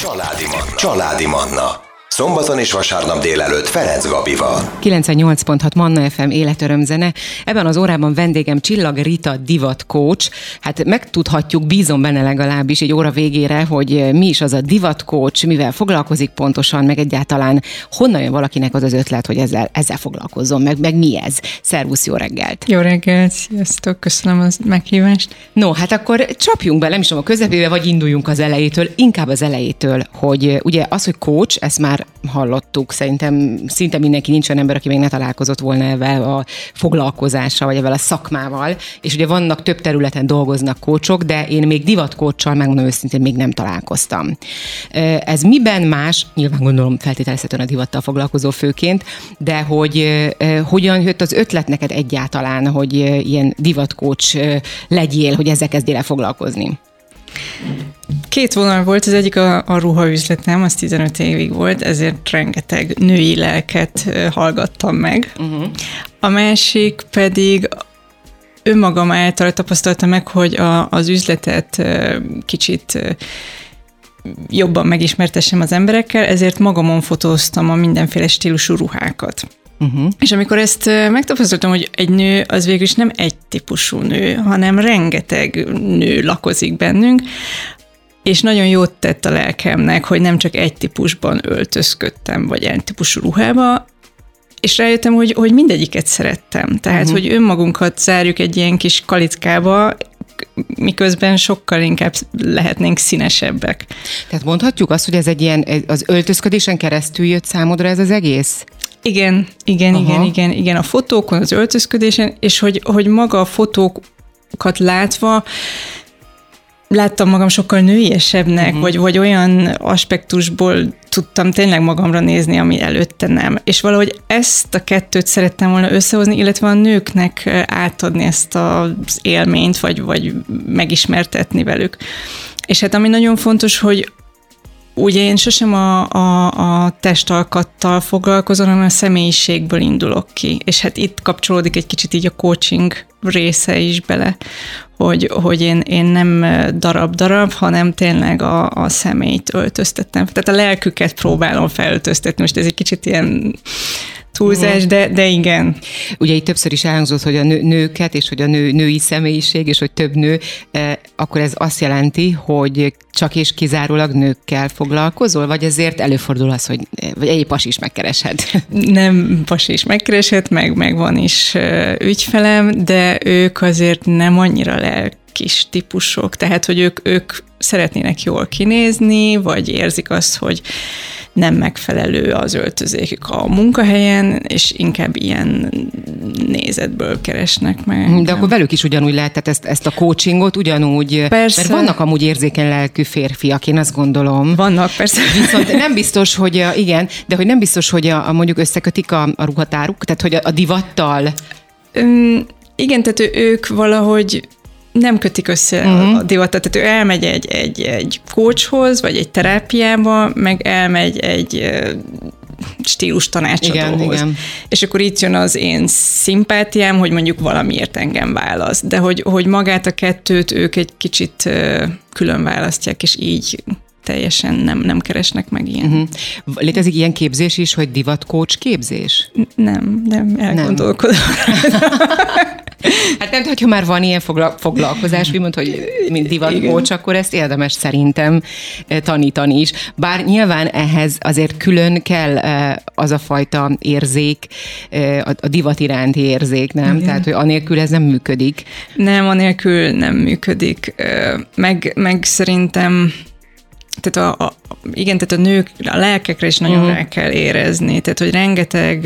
Családi Manna. Szombaton és vasárnap délelőtt Ferenc Gabival. 98.6 Manna FM életörömzene. Ebben az órában vendégem Csillag Rita divat coach. Hát megtudhatjuk, bízom benne legalábbis egy óra végére, hogy mi is az a divat coach, mivel foglalkozik pontosan, meg egyáltalán honnan jön valakinek az ötlet, hogy ezzel foglalkozzon, meg mi ez. Szervusz, jó reggelt! Jó reggelt, sziasztok, köszönöm a meghívást. No, hát akkor csapjunk be, nem is tudom, a közepébe, vagy induljunk az elejétől, inkább az elejétől, hogy ugye az, hogy coach, ezt már hallottuk, szerintem szinte mindenki, nincs olyan ember, aki még ne találkozott volna ezzel a foglalkozással, vagy ezzel a szakmával, és ugye vannak több területen dolgoznak coachok, de én még divatkóccsal, megmondom őszintén, még nem találkoztam. Ez miben más, nyilván gondolom feltételezhetően a divattal foglalkozó főként, de hogy hogyan jött az ötlet neked egyáltalán, hogy ilyen divatkócs legyél, hogy ezzel kezdjél el foglalkozni? Két vonal volt, az egyik a ruhaüzletem, az 15 évig volt, ezért rengeteg női lelket hallgattam meg. Uh-huh. A másik pedig önmagam által tapasztaltam meg, hogy az üzletet kicsit jobban megismertessem az emberekkel, ezért magamon fotóztam a mindenféle stílusú ruhákat. Uh-huh. És amikor ezt megtapasztaltam, hogy egy nő az végül is nem egy típusú nő, hanem rengeteg nő lakozik bennünk, és nagyon jót tett a lelkemnek, hogy nem csak egy típusban öltözködtem, vagy egy típusú ruhába, és rájöttem, hogy mindegyiket szerettem. Tehát, hogy önmagunkat zárjuk egy ilyen kis kalickába, miközben sokkal inkább lehetnénk színesebbek. Tehát mondhatjuk azt, hogy ez egy ilyen, az öltözködésen keresztül jött számodra ez az egész? Igen, a fotókon, az öltözködésen, és hogy maga a fotókat látva láttam magam sokkal nőiesebbnek, vagy olyan aspektusból tudtam tényleg magamra nézni, ami előtte nem. És valahogy ezt a kettőt szerettem volna összehozni, illetve a nőknek átadni ezt az élményt, vagy megismertetni velük. És hát ami nagyon fontos, hogy ugye én sosem a testalkattal foglalkozom, hanem a személyiségből indulok ki. És hát itt kapcsolódik egy kicsit így a coaching része is bele, hogy én nem darab-darab, hanem tényleg a személyt öltöztettem. Tehát a lelküket próbálom felöltöztetni. Most ez egy kicsit ilyen túlzás, de igen. Ugye itt többször is elhangzott, hogy a nőket, és hogy a női személyiség, és hogy több nő, akkor ez azt jelenti, hogy csak és kizárólag nőkkel foglalkozol, vagy ezért előfordul az, hogy vagy egy pasi is megkereshet? Nem, pasi is megkereshet, meg van is ügyfelem, de ők azért nem annyira lelkis típusok, tehát, hogy ők szeretnének jól kinézni, vagy érzik azt, hogy nem megfelelő az öltözékük a munkahelyen, és inkább ilyen nézetből keresnek meg. De akkor velük is ugyanúgy lehet, tehát ezt a coachingot ugyanúgy, persze. Mert vannak amúgy érzékeny lelkű férfiak, én azt gondolom. Vannak, persze. Viszont nem biztos, hogy igen, de hogy nem biztos, hogy mondjuk összekötik a ruhatáruk, tehát hogy a divattal. Igen, tehát ők valahogy nem kötik össze a divatot, tehát ő elmegy egy coachhoz, vagy egy terápiába, meg elmegy egy stílus tanácsadóhoz. Igen. És akkor itt jön az én szimpátiám, hogy mondjuk valamiért engem választ. De hogy magát a kettőt ők egy kicsit külön választják, és így teljesen nem keresnek meg ilyen. Létezik ilyen képzés is, hogy divatcoach képzés? Nem, elgondolkodom. Hát nem, hogyha már van ilyen foglalkozás, úgymond, hogy mint divatcoach, akkor ezt érdemes szerintem tanítani is. Bár nyilván ehhez azért külön kell az a fajta érzék, a divat iránti érzék, nem? Igen. Tehát, hogy anélkül ez nem működik. Nem, anélkül nem működik. Meg szerintem tehát tehát a nők, a lelkekre is nagyon rá kell érezni. Tehát, hogy rengeteg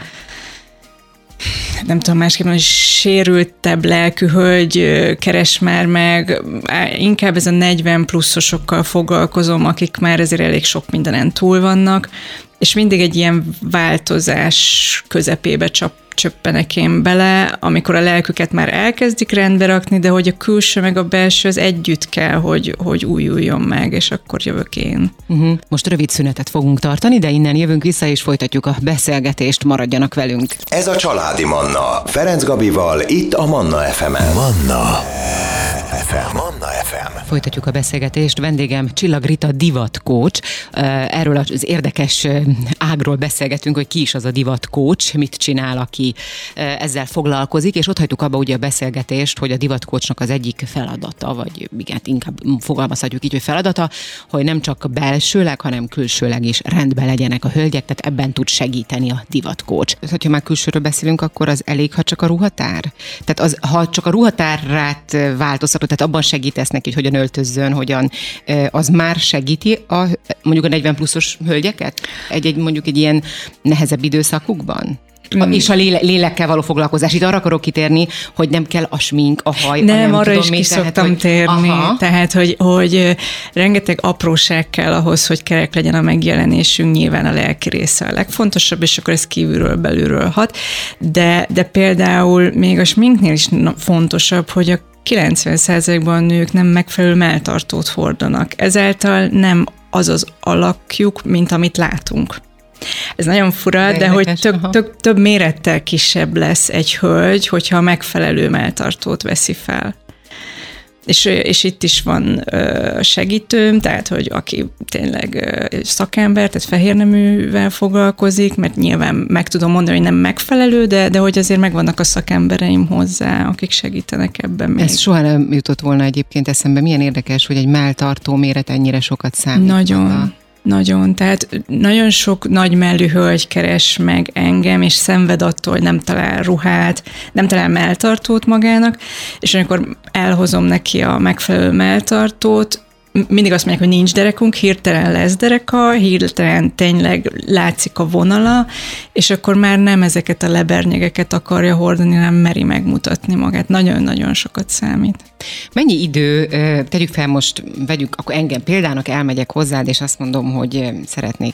nem tudom másképpen, hogy sérültebb lelkű hölgy keres már meg, inkább ez a 40 pluszosokkal foglalkozom, akik már ezért elég sok mindenen túl vannak, és mindig egy ilyen változás közepébe csöppenek én bele, amikor a lelküket már elkezdik rendbe rakni, de hogy a külső meg a belső az együtt kell, hogy újuljon meg, és akkor jövök én. Most rövid szünetet fogunk tartani, de innen jövünk vissza, és folytatjuk a beszélgetést, maradjanak velünk. Ez a Családi Manna. Ferenc Gabival, itt a Manna FM-en. Manna FM. Manna FM. Folytatjuk a beszélgetést. Vendégem Csillag Rita divatkócs. Erről az érdekes ágról beszélgetünk, hogy ki is az a divatkócs, mit csinál, aki ezzel foglalkozik, és ott hagytuk abba ugye a beszélgetést, hogy a divatkócsnak az egyik feladata, vagy igen, inkább fogalmazhatjuk így, hogy feladata, hogy nem csak belsőleg, hanem külsőleg is rendben legyenek a hölgyek, tehát ebben tud segíteni a divatkócs. Ha már külsőről beszélünk, akkor az elég, ha csak a ruhatár? Tehát ha csak a ruhatárát változtatod, tehát abban segítesz neki, hogy hogyan öltözzön, hogyan, az már segíti mondjuk a 40 pluszos hölgyeket? Mondjuk egy ilyen nehezebb időszakukban? És a lélekkel való foglalkozás. Itt arra akarok kitérni, hogy nem kell a smink, a haj, nem arra is ki szoktam térni. Tehát, hogy rengeteg apróság kell ahhoz, hogy kerek legyen a megjelenésünk, nyilván a lelki része a legfontosabb, és akkor ez kívülről, belülről hat. De például még a sminknél is fontosabb, hogy a 90%-ban a nők nem megfelelő melltartót hordanak. Ezáltal nem az alakjuk, mint amit látunk. Ez nagyon fura, de hogy több mérettel kisebb lesz egy hölgy, hogyha a megfelelő melltartót veszi fel. És itt is van segítőm, tehát, hogy aki tényleg szakember, tehát fehérneművel foglalkozik, mert nyilván meg tudom mondani, hogy nem megfelelő, de hogy azért megvannak a szakembereim hozzá, akik segítenek ebben még. Ez soha nem jutott volna egyébként eszembe. Milyen érdekes, hogy egy melltartó méret ennyire sokat számít. Nagyon. Tehát nagyon sok nagymellű hölgy keres meg engem, és szenved attól, hogy nem talál ruhát, nem talál melltartót magának, és amikor elhozom neki a megfelelő melltartót, mindig azt mondják, hogy nincs derekunk, hirtelen lesz dereka, hirtelen tényleg látszik a vonala, és akkor már nem ezeket a lebernyegeket akarja hordani, hanem meri megmutatni magát. Nagyon-nagyon sokat számít. Mennyi idő, tegyük fel most, akkor engem példának, elmegyek hozzád, és azt mondom, hogy szeretném,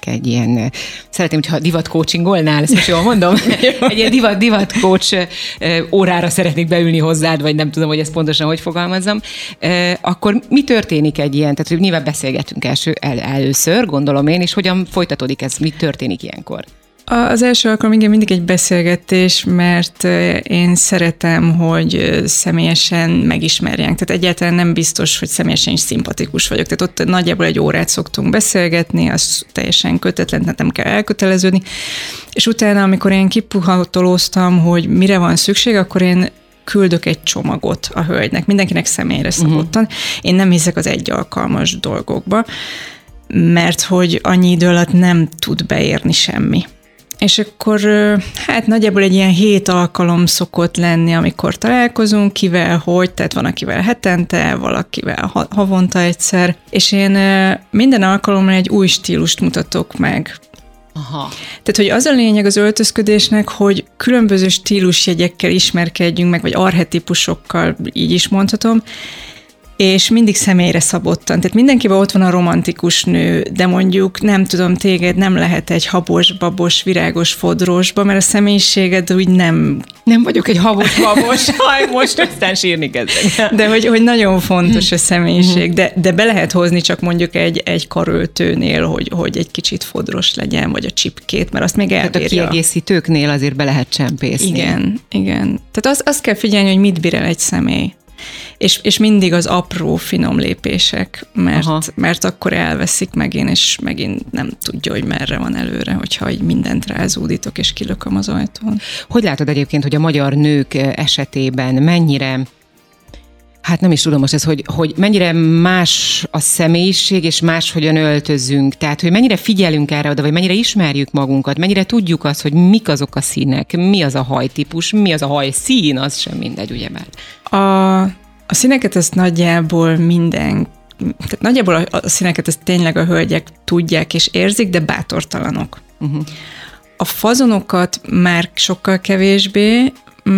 hogyha divatcoachingolnál, ezt most jól mondom, egy ilyen divatcoach órára szeretnék beülni hozzád, vagy nem tudom, hogy ezt pontosan hogy fogalmazzam, akkor mi történik egy ilyen, tehát nyilván beszélgetünk először, gondolom én, és hogyan folytatódik ez, mi történik ilyenkor? Az első alkalom igen mindig egy beszélgetés, mert én szeretem, hogy személyesen megismerjenek. Tehát egyáltalán nem biztos, hogy személyesen is szimpatikus vagyok. Tehát ott nagyjából egy órát szoktunk beszélgetni, az teljesen kötetlen, tehát nem kell elköteleződni. És utána, amikor én kipuhatolóztam, hogy mire van szükség, akkor én küldök egy csomagot a hölgynek, mindenkinek személyre szabottan. Én nem hiszek az egy alkalmas dolgokba, mert hogy annyi idő alatt nem tud beérni semmi. És akkor hát nagyjából egy ilyen 7 alkalom szokott lenni, amikor találkozunk, kivel hogy, tehát van akivel hetente, valakivel havonta egyszer, és én minden alkalommal egy új stílust mutatok meg. Aha. Tehát, hogy az a lényeg az öltözködésnek, hogy különböző stílusjegyekkel ismerkedjünk meg, vagy archetipusokkal, így is mondhatom, és mindig személyre szabottan. Tehát mindenkiben ott van a romantikus nő, de mondjuk nem tudom, téged nem lehet egy habos, babos, virágos fodrosba, mert a személyiséged úgy nem... Nem vagyok egy habos, babos, most aztán sírni kezdek. De hogy nagyon fontos a személyiség, de be lehet hozni csak mondjuk egy karöltőnél, hogy egy kicsit fodros legyen, vagy a csipkét, mert azt még elbírja. Tehát a kiegészítőknél azért be lehet csempészni. Igen. Tehát azt kell figyelni, hogy mit bír el egy személy. És mindig az apró, finom lépések, mert akkor elveszik megint, és megint nem tudja, hogy merre van előre, hogyha így mindent rázúdítok, és kilököm az ajtón. Hogy látod egyébként, hogy a magyar nők esetében mennyire, hát nem is tudom most ez, hogy mennyire más a személyiség, és máshogyan öltözünk, tehát hogy mennyire figyelünk erre oda, vagy mennyire ismerjük magunkat, mennyire tudjuk azt, hogy mik azok a színek, mi az a hajtípus, mi az a hajszín, az sem mindegy, ugyebár. A színeket ezt nagyjából tehát nagyjából a színeket ezt tényleg a hölgyek tudják és érzik, de bátortalanok. A fazonokat már sokkal kevésbé,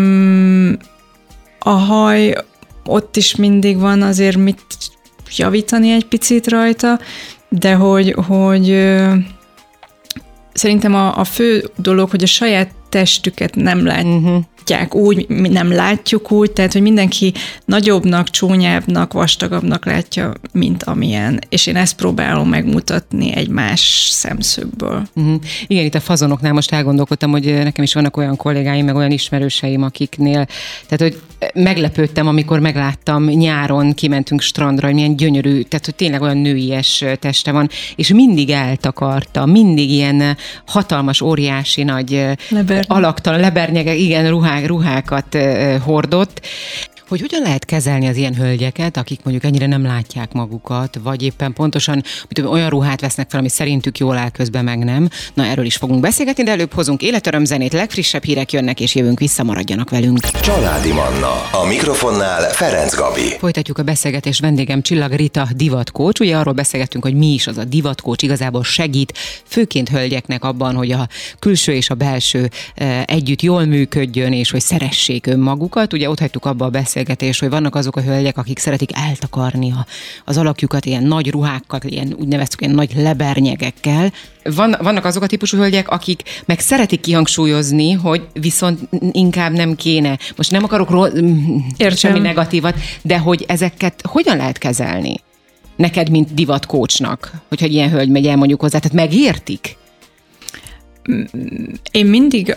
a haj ott is mindig van azért mit javítani egy picit rajta, de hogy szerintem a fő dolog, hogy a saját testüket nem látják úgy, mi nem látjuk úgy, tehát, hogy mindenki nagyobbnak, csúnyábbnak, vastagabbnak látja, mint amilyen. És én ezt próbálom megmutatni egy más szemszögből. Igen, itt a fazonoknál most elgondolkodtam, hogy nekem is vannak olyan kollégáim, meg olyan ismerőseim, akiknél, tehát, hogy meglepődtem, amikor megláttam nyáron, kimentünk strandra, hogy milyen gyönyörű, tehát, hogy tényleg olyan nőies teste van, és mindig eltakarta, mindig ilyen hatalmas, óriási nagy alaktalan, lebernyegek, igen, ruhákat hordott. Hogy hogyan lehet kezelni az ilyen hölgyeket, akik mondjuk ennyire nem látják magukat, vagy éppen pontosan olyan ruhát vesznek fel, ami szerintük jól áll, közben meg nem. Na, erről is fogunk beszélgetni, de előbb hozunk életörömzenét, legfrissebb hírek jönnek, és jövünk vissza, maradjanak velünk. Családi Manna. A mikrofonnál Ferenc Gabi. Folytatjuk a beszélgetést, vendégem Csillag Rita divatkócs. Ugye arról beszélgettünk, hogy mi is az a divatkócs, igazából segít főként hölgyeknek abban, hogy a külső és a belső együtt jól működjön, és hogy szeressék önmagukat. Ugye ott hagytuk abba a beszélgetést, hogy vannak azok a hölgyek, akik szeretik eltakarni az alakjukat ilyen nagy ruhákkal, ilyen úgyneveztük ilyen nagy lebernyegekkel. Vannak azok a típusú hölgyek, akik meg szeretik kihangsúlyozni, hogy viszont inkább nem kéne. Most nem akarok semmi negatívat, de hogy ezeket hogyan lehet kezelni? Neked, mint divatkócsnak, hogyha egy ilyen hölgy megy el mondjuk hozzá, tehát megértik? Én mindig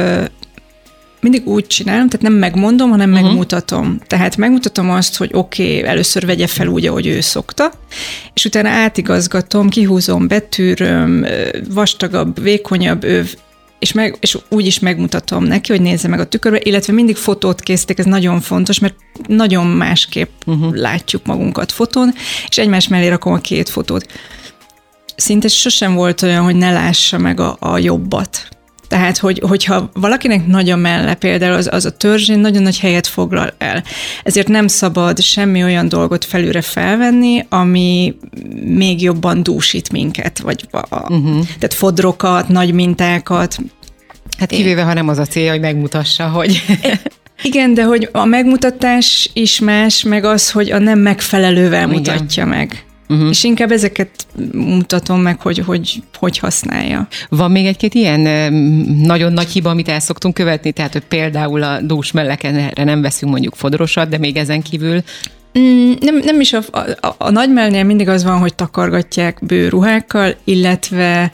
úgy csinálom, tehát nem megmondom, hanem megmutatom. Tehát megmutatom azt, hogy oké, először vegye fel úgy, ahogy ő szokta, és utána átigazgatom, kihúzom, betűröm, vastagabb, vékonyabb öv, és úgy is megmutatom neki, hogy nézze meg a tükörbe, illetve mindig fotót készítek, ez nagyon fontos, mert nagyon másképp látjuk magunkat fotón, és egymás mellé rakom a két fotót. Szinte sosem volt olyan, hogy ne lássa meg a jobbat. Tehát, hogyha valakinek nagy a melle, például az a törzsén nagyon nagy helyet foglal el. Ezért nem szabad semmi olyan dolgot felülre felvenni, ami még jobban dúsít minket, vagy tehát fodrokat, nagy mintákat. Hát kivéve, ha nem az a célja, hogy megmutassa, hogy... Igen, de hogy a megmutatás is más, meg az, hogy a nem megfelelővel mutatja meg. És inkább ezeket mutatom meg, hogy használja. Van még egy-két ilyen nagyon nagy hiba, amit el szoktunk követni? Tehát, hogy például a dús mellekenre nem veszünk mondjuk fodrosat, de még ezen kívül... Nem is a nagymellnél mindig az van, hogy takargatják bőruhákkal, illetve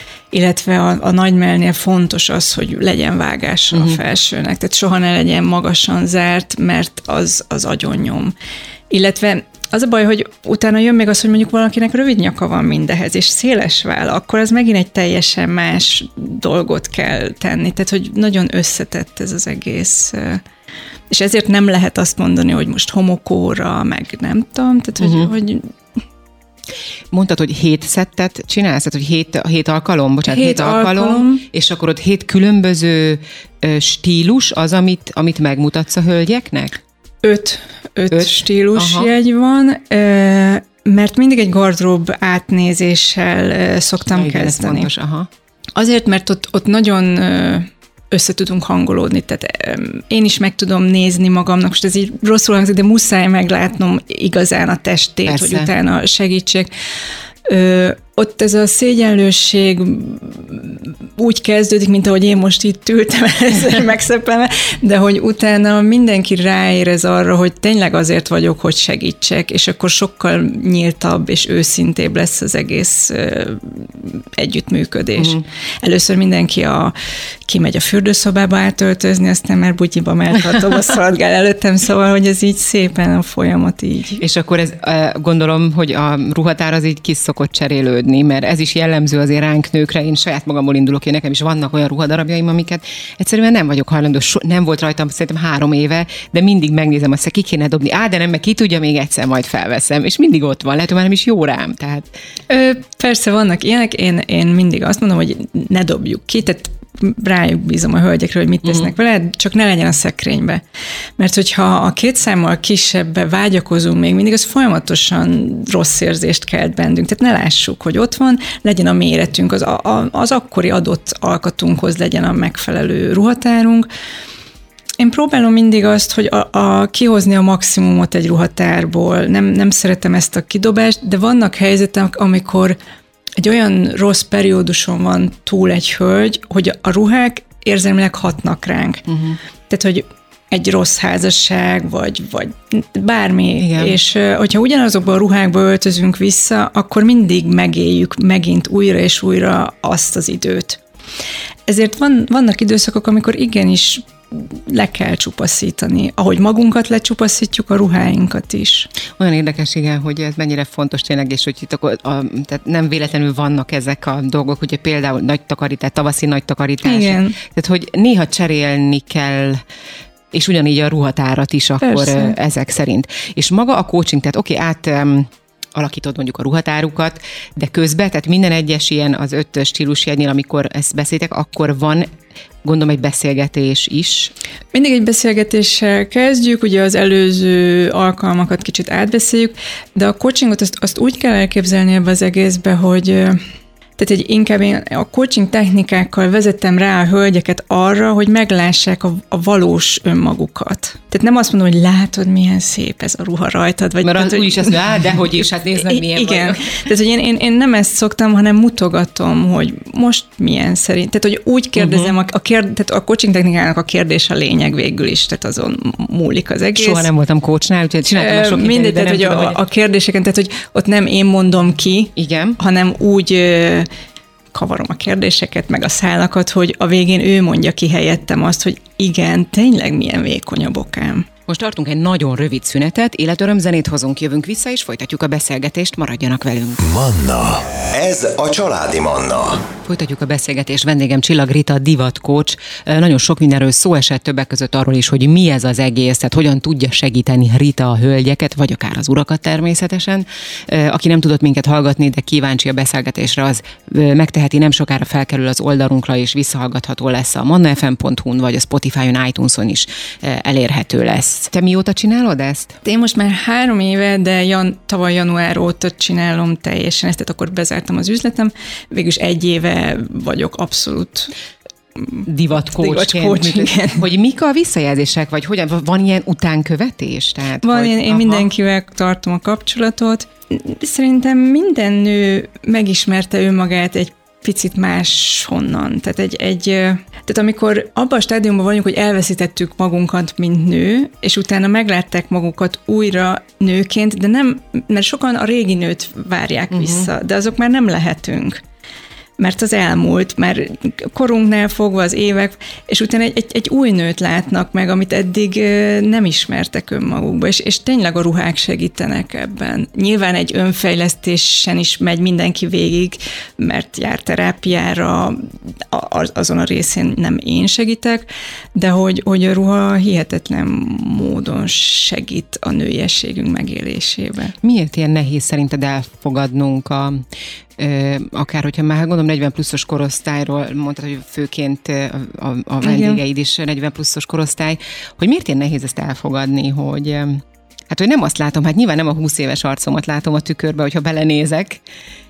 a nagymellnél fontos az, hogy legyen vágása a felsőnek, tehát soha ne legyen magasan zárt, mert az agyonnyom. Illetve az a baj, hogy utána jön még az, hogy mondjuk valakinek rövid nyaka van mindehez, és széles váll, akkor az megint egy teljesen más dolgot kell tenni. Tehát, hogy nagyon összetett ez az egész. És ezért nem lehet azt mondani, hogy most homokóra, meg nem tudom. Tehát, hogy mondtad, hogy 7 szettet csinálsz, tehát, hogy 7 alkalom, bocsánat, 7 alkalom, és akkor ott 7 különböző stílus az, amit megmutatsz a hölgyeknek? 5 stílusjegy van, mert mindig egy gardrób átnézéssel szoktam kezdeni. Fontos, Azért, mert ott nagyon össze tudunk hangolódni, tehát én is meg tudom nézni magamnak, most ez így rosszul hangzik, de muszáj meglátnom igazán a testét, persze, hogy utána segítsek. Ott ez a szégyenlősség úgy kezdődik, mint ahogy én most itt ültem ezzel megszepelve, de hogy utána mindenki ráérez arra, hogy tényleg azért vagyok, hogy segítsek, és akkor sokkal nyíltabb és őszintébb lesz az egész együttműködés. Először mindenki kimegy a fürdőszobába átöltözni, aztán már butyiba melltartóba szaladgál előttem, szóval, hogy ez így szépen a folyamat így. És akkor ez, gondolom, hogy a ruhatár az így ki szokott cserélődni, mert ez is jellemző azért ránk nőkre, én saját magamból indulok, én nekem is vannak olyan ruhadarabjaim, amiket egyszerűen nem vagyok hajlandó, nem volt rajtam szerintem 3 éve, de mindig megnézem azt, hogy ki kéne dobni, de nem, meg ki tudja, még egyszer majd felveszem, és mindig ott van, lehet, hogy már nem is jó rám, tehát. Persze vannak ilyenek, én mindig azt mondom, hogy ne dobjuk ki, tehát rájuk bízom a hölgyekre, hogy mit tesznek vele, csak ne legyen a szekrénybe. Mert hogyha a 2 számmal kisebbe vágyakozunk még mindig, az folyamatosan rossz érzést kelt bennünk. Tehát ne lássuk, hogy ott van, legyen a méretünk, az akkori adott alkatunkhoz legyen a megfelelő ruhatárunk. Én próbálom mindig azt, hogy kihozni a maximumot egy ruhatárból. Nem szeretem ezt a kidobást, de vannak helyzetek, amikor egy olyan rossz perióduson van túl egy hölgy, hogy a ruhák érzelmileg hatnak ránk. Tehát, hogy egy rossz házasság, vagy bármi, igen. És hogyha ugyanazokban a ruhákba öltözünk vissza, akkor mindig megéljük megint újra és újra azt az időt. Ezért vannak időszakok, amikor igenis le kell csupaszítani. Ahogy magunkat lecsupaszítjuk, a ruháinkat is. Olyan érdekes, igen, hogy ez mennyire fontos tényleg, és hogy itt tehát nem véletlenül vannak ezek a dolgok, ugye például nagy takarítás, tavaszi nagy takarítás. Igen. Tehát, hogy néha cserélni kell, és ugyanígy a ruhatárat is akkor persze. Ezek szerint. És maga a coaching, tehát oké, alakítod mondjuk a ruhatárukat, de közben, tehát minden egyes ilyen az 5 stílusjegynél, amikor ezt beszéltek, akkor van, gondolom, egy beszélgetés is. Mindig egy beszélgetéssel kezdjük, ugye az előző alkalmakat kicsit átbeszéljük, de a coachingot azt úgy kell elképzelni ebbe az egészbe, hogy tehát inkább én a coaching technikákkal vezettem rá a hölgyeket arra, hogy meglássák a valós önmagukat. Tehát nem azt mondom, hogy látod, milyen szép ez a ruha rajtad. Vagy mert tehát, úgyis azt mondja, dehogy is, hát nézd meg, milyen igen. vagyok. Tehát, hogy én nem ezt szoktam, hanem mutogatom, hogy most milyen szerint. Tehát, hogy úgy kérdezem, tehát a coaching technikának a kérdés a lényeg végül is, tehát azon múlik az egész. Soha nem voltam coachnál, úgyhogy csináltam sok mindegy, tehát, hogy a kérdéseken, tehát, hogy ott nem én mondom ki, igen. hanem úgy kavarom a kérdéseket, meg a szálakat, hogy a végén ő mondja ki helyettem azt, hogy igen, tényleg milyen vékony a bokám. Most tartunk egy nagyon rövid szünetet, életörömzenét hozunk, jövünk vissza, és folytatjuk a beszélgetést, maradjanak velünk. Manna. Ez a Családi Manna. Folytatjuk a beszélgetést, vendégem Csillag Rita, divatcoach. Nagyon sok mindenről szó esett, többek között arról is, hogy mi ez az egész, tehát hogyan tudja segíteni Rita a hölgyeket, vagy akár az urakat természetesen. Aki nem tudott minket hallgatni, de kíváncsi a beszélgetésre, az megteheti, nem sokára felkerül az oldalunkra, és visszahallgatható lesz a mannafm.hu-n, vagy a Spotify-on, iTunes-on is elérhető lesz. Te mióta csinálod ezt? Én most már 3 éve, de tavaly január óta csinálom teljesen ezt, tehát akkor bezártam az üzletem. Végülis 1 éve vagyok abszolút divatcoachként. Hogy mik a visszajelzések, vagy hogyan, van ilyen utánkövetés? Tehát, van, én mindenkivel tartom a kapcsolatot. Szerintem minden nő megismerte önmagát egy picit máshonnan. Tehát amikor abban a stádiumban vagyunk, hogy elveszítettük magunkat, mint nő, és utána meglátták magukat újra nőként, de nem, mert sokan a régi nőt várják vissza, de azok már nem lehetünk. Mert az elmúlt, már korunknál fogva az évek, és utána egy új nőt látnak meg, amit eddig nem ismertek önmagukba, és tényleg a ruhák segítenek ebben. Nyilván egy önfejlesztésen is megy mindenki végig, mert jár terápiára, azon a részén nem én segítek, de hogy a ruha hihetetlen módon segít a nőiességünk megélésébe. Miért ilyen nehéz szerinted elfogadnunk akár, hogyha már gondolom 40 pluszos korosztályról mondtad, hogy főként a vendégeid is 40 pluszos korosztály, hogy miért ilyen nehéz ezt elfogadni, hogy hát, hogy nem azt látom, hát nyilván nem a 20 éves arcomat látom a tükörbe, hogyha belenézek.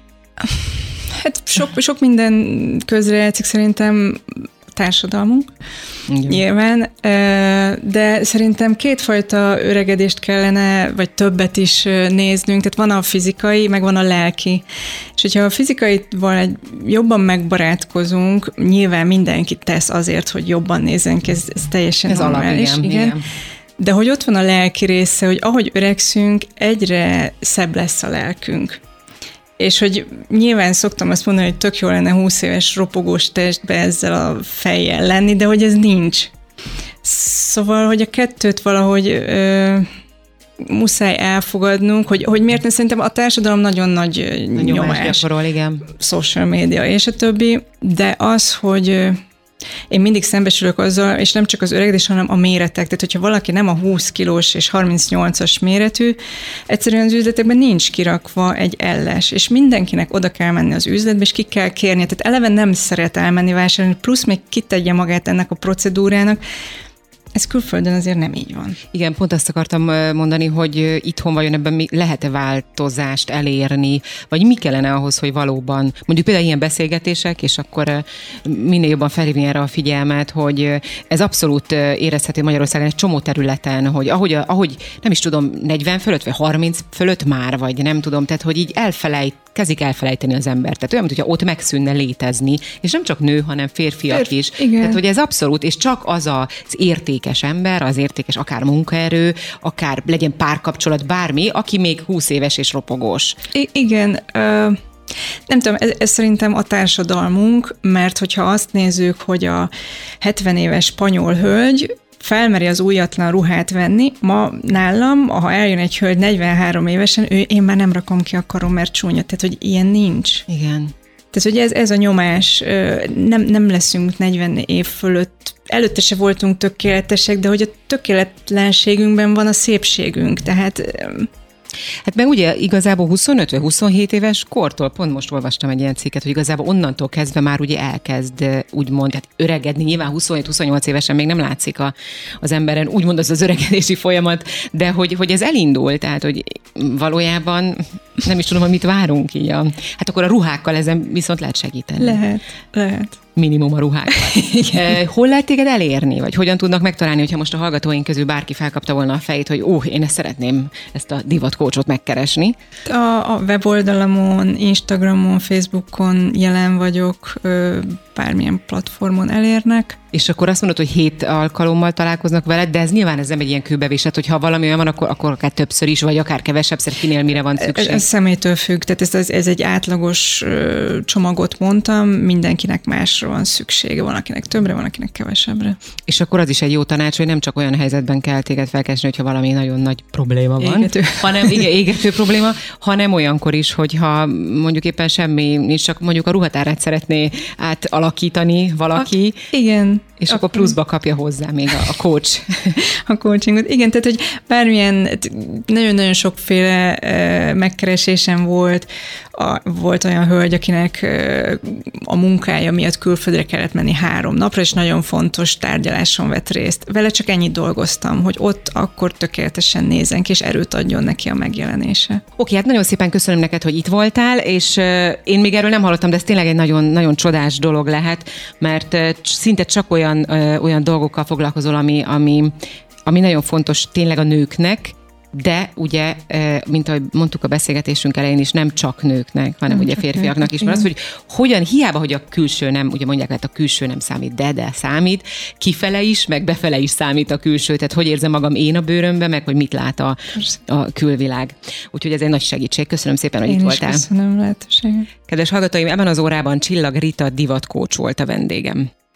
Hát sok minden közrejátszik szerintem társadalmunk, igen. Nyilván, de szerintem 2 fajta öregedést kellene, vagy többet is néznünk, tehát van a fizikai, meg van a lelki. És hogyha a fizikaival jobban megbarátkozunk, nyilván mindenki tesz azért, hogy jobban nézzen ki, ez teljesen normális. Igen. De hogy ott van a lelki része, hogy ahogy öregszünk, egyre szebb lesz a lelkünk. És hogy nyilván szoktam azt mondani, hogy tök jó lenne 20 éves ropogós testbe ezzel a fejjel lenni, de hogy ez nincs. Szóval, hogy a kettőt valahogy muszáj elfogadnunk, hogy miért nem, szerintem a társadalom nagyon nagy nyomás gyakorol, igen. Social media és a többi, de az, hogy én mindig szembesülök azzal, és nem csak az öregedés, hanem a méretek. Tehát, hogyha valaki nem a 20 kilós és 38-as méretű, egyszerűen az üzletekben nincs kirakva egy elles, és mindenkinek oda kell menni az üzletbe, és ki kell kérni. Tehát eleve nem szeret elmenni vásárolni, plusz még kitegye magát ennek a procedúrának. Ez külföldön azért nem így van. Igen, pont azt akartam mondani, hogy itthon vajon ebben lehet-e változást elérni, vagy mi kellene ahhoz, hogy valóban, mondjuk például ilyen beszélgetések, és akkor minél jobban felhívni erre a figyelmet, hogy ez abszolút érezhető Magyarországon egy csomó területen, hogy ahogy nem is tudom, 40 fölött, vagy 30 fölött már, vagy nem tudom, tehát hogy így kezdik elfelejteni az embert. Tehát olyan, mintha ott megszűnne létezni, és nem csak nő, hanem férfiak is. Igen. Tehát, hogy ez abszolút, és csak az az értékes ember, az értékes akár munkaerő, akár legyen párkapcsolat, bármi, aki még 20 éves és ropogós. Igen, nem tudom, ez szerintem a társadalmunk, mert hogyha azt nézzük, hogy a 70 éves spanyol hölgy felmeri az újatlan ruhát venni, ma nálam, ha eljön egy hölgy 43 évesen, én már nem rakom ki a karom, mert csúnya, tehát hogy ilyen nincs. Igen. Tehát, hogy ez a nyomás, nem leszünk 40 év fölött, előtte se voltunk tökéletesek, de hogy a tökéletlenségünkben van a szépségünk, tehát... Hát meg ugye igazából 25 vagy 27 éves kortól, pont most olvastam egy ilyen cikket, hogy igazából onnantól kezdve már ugye elkezd úgymond hát öregedni, nyilván 27-28 évesen még nem látszik az emberen úgymond az öregedési folyamat, de hogy ez elindul, tehát hogy valójában nem is tudom, hogy mit várunk így. Hát akkor a ruhákkal ezen viszont lehet segíteni. Lehet. Minimum a ruhákkal. Hol lehet téged elérni? Vagy hogyan tudnak megtalálni, hogyha most a hallgatóink közül bárki felkapta volna a fejét, hogy én ezt szeretném, ezt a divatkócsot megkeresni? A weboldalamon, Instagramon, Facebookon jelen vagyok, bármilyen platformon elérnek. És akkor azt mondod, hogy 7 alkalommal találkoznak veled, de ez nyilván ez nem egy ilyen kőbevésett, hogyha valami olyan van, akkor akár többször is, vagy akár kevesebbszer, kinél mire van szükség. Ez személytől függ, tehát ez egy átlagos csomagot mondtam, mindenkinek másra van szüksége, van akinek többre, van akinek kevesebbre. És akkor az is egy jó tanács, hogy nem csak olyan helyzetben kell téged felkeresni, hogyha valami nagyon nagy probléma van, hanem égető probléma, hanem olyankor is, hogyha mondjuk éppen semmi nincs, csak mondjuk a ruhatárát szeretné átalakítani valaki. Igen. És akkor pluszba kapja hozzá még a coach. A coachingot. Igen, tehát, hogy bármilyen, nagyon-nagyon sokféle megkeresésem volt. Volt olyan hölgy, akinek a munkája miatt külföldre kellett menni 3 napra, és nagyon fontos tárgyaláson vett részt. Vele csak ennyit dolgoztam, hogy ott akkor tökéletesen nézzen ki, és erőt adjon neki a megjelenése. Oké, hát nagyon szépen köszönöm neked, hogy itt voltál, és én még erről nem hallottam, de ez tényleg egy nagyon, nagyon csodás dolog lehet, mert szinte csak olyan dolgokkal foglalkozol, ami nagyon fontos tényleg a nőknek, de ugye, mint ahogy mondtuk a beszélgetésünk elején is, nem csak nőknek, hanem ugye férfiaknak is. Mert az, hogy hogyan, hiába, hogy a külső nem, ugye mondják, hát a külső nem számít, de számít, kifele is, meg befele is számít a külső, tehát hogy érzem magam én a bőrömbe, meg hogy mit lát a külvilág. Úgyhogy ez egy nagy segítség. Köszönöm szépen, hogy itt voltál. Köszönöm lehetőséget. Kedves hallgatóim, ebben az órában Csillag Rita divatkócs volt a vendégem.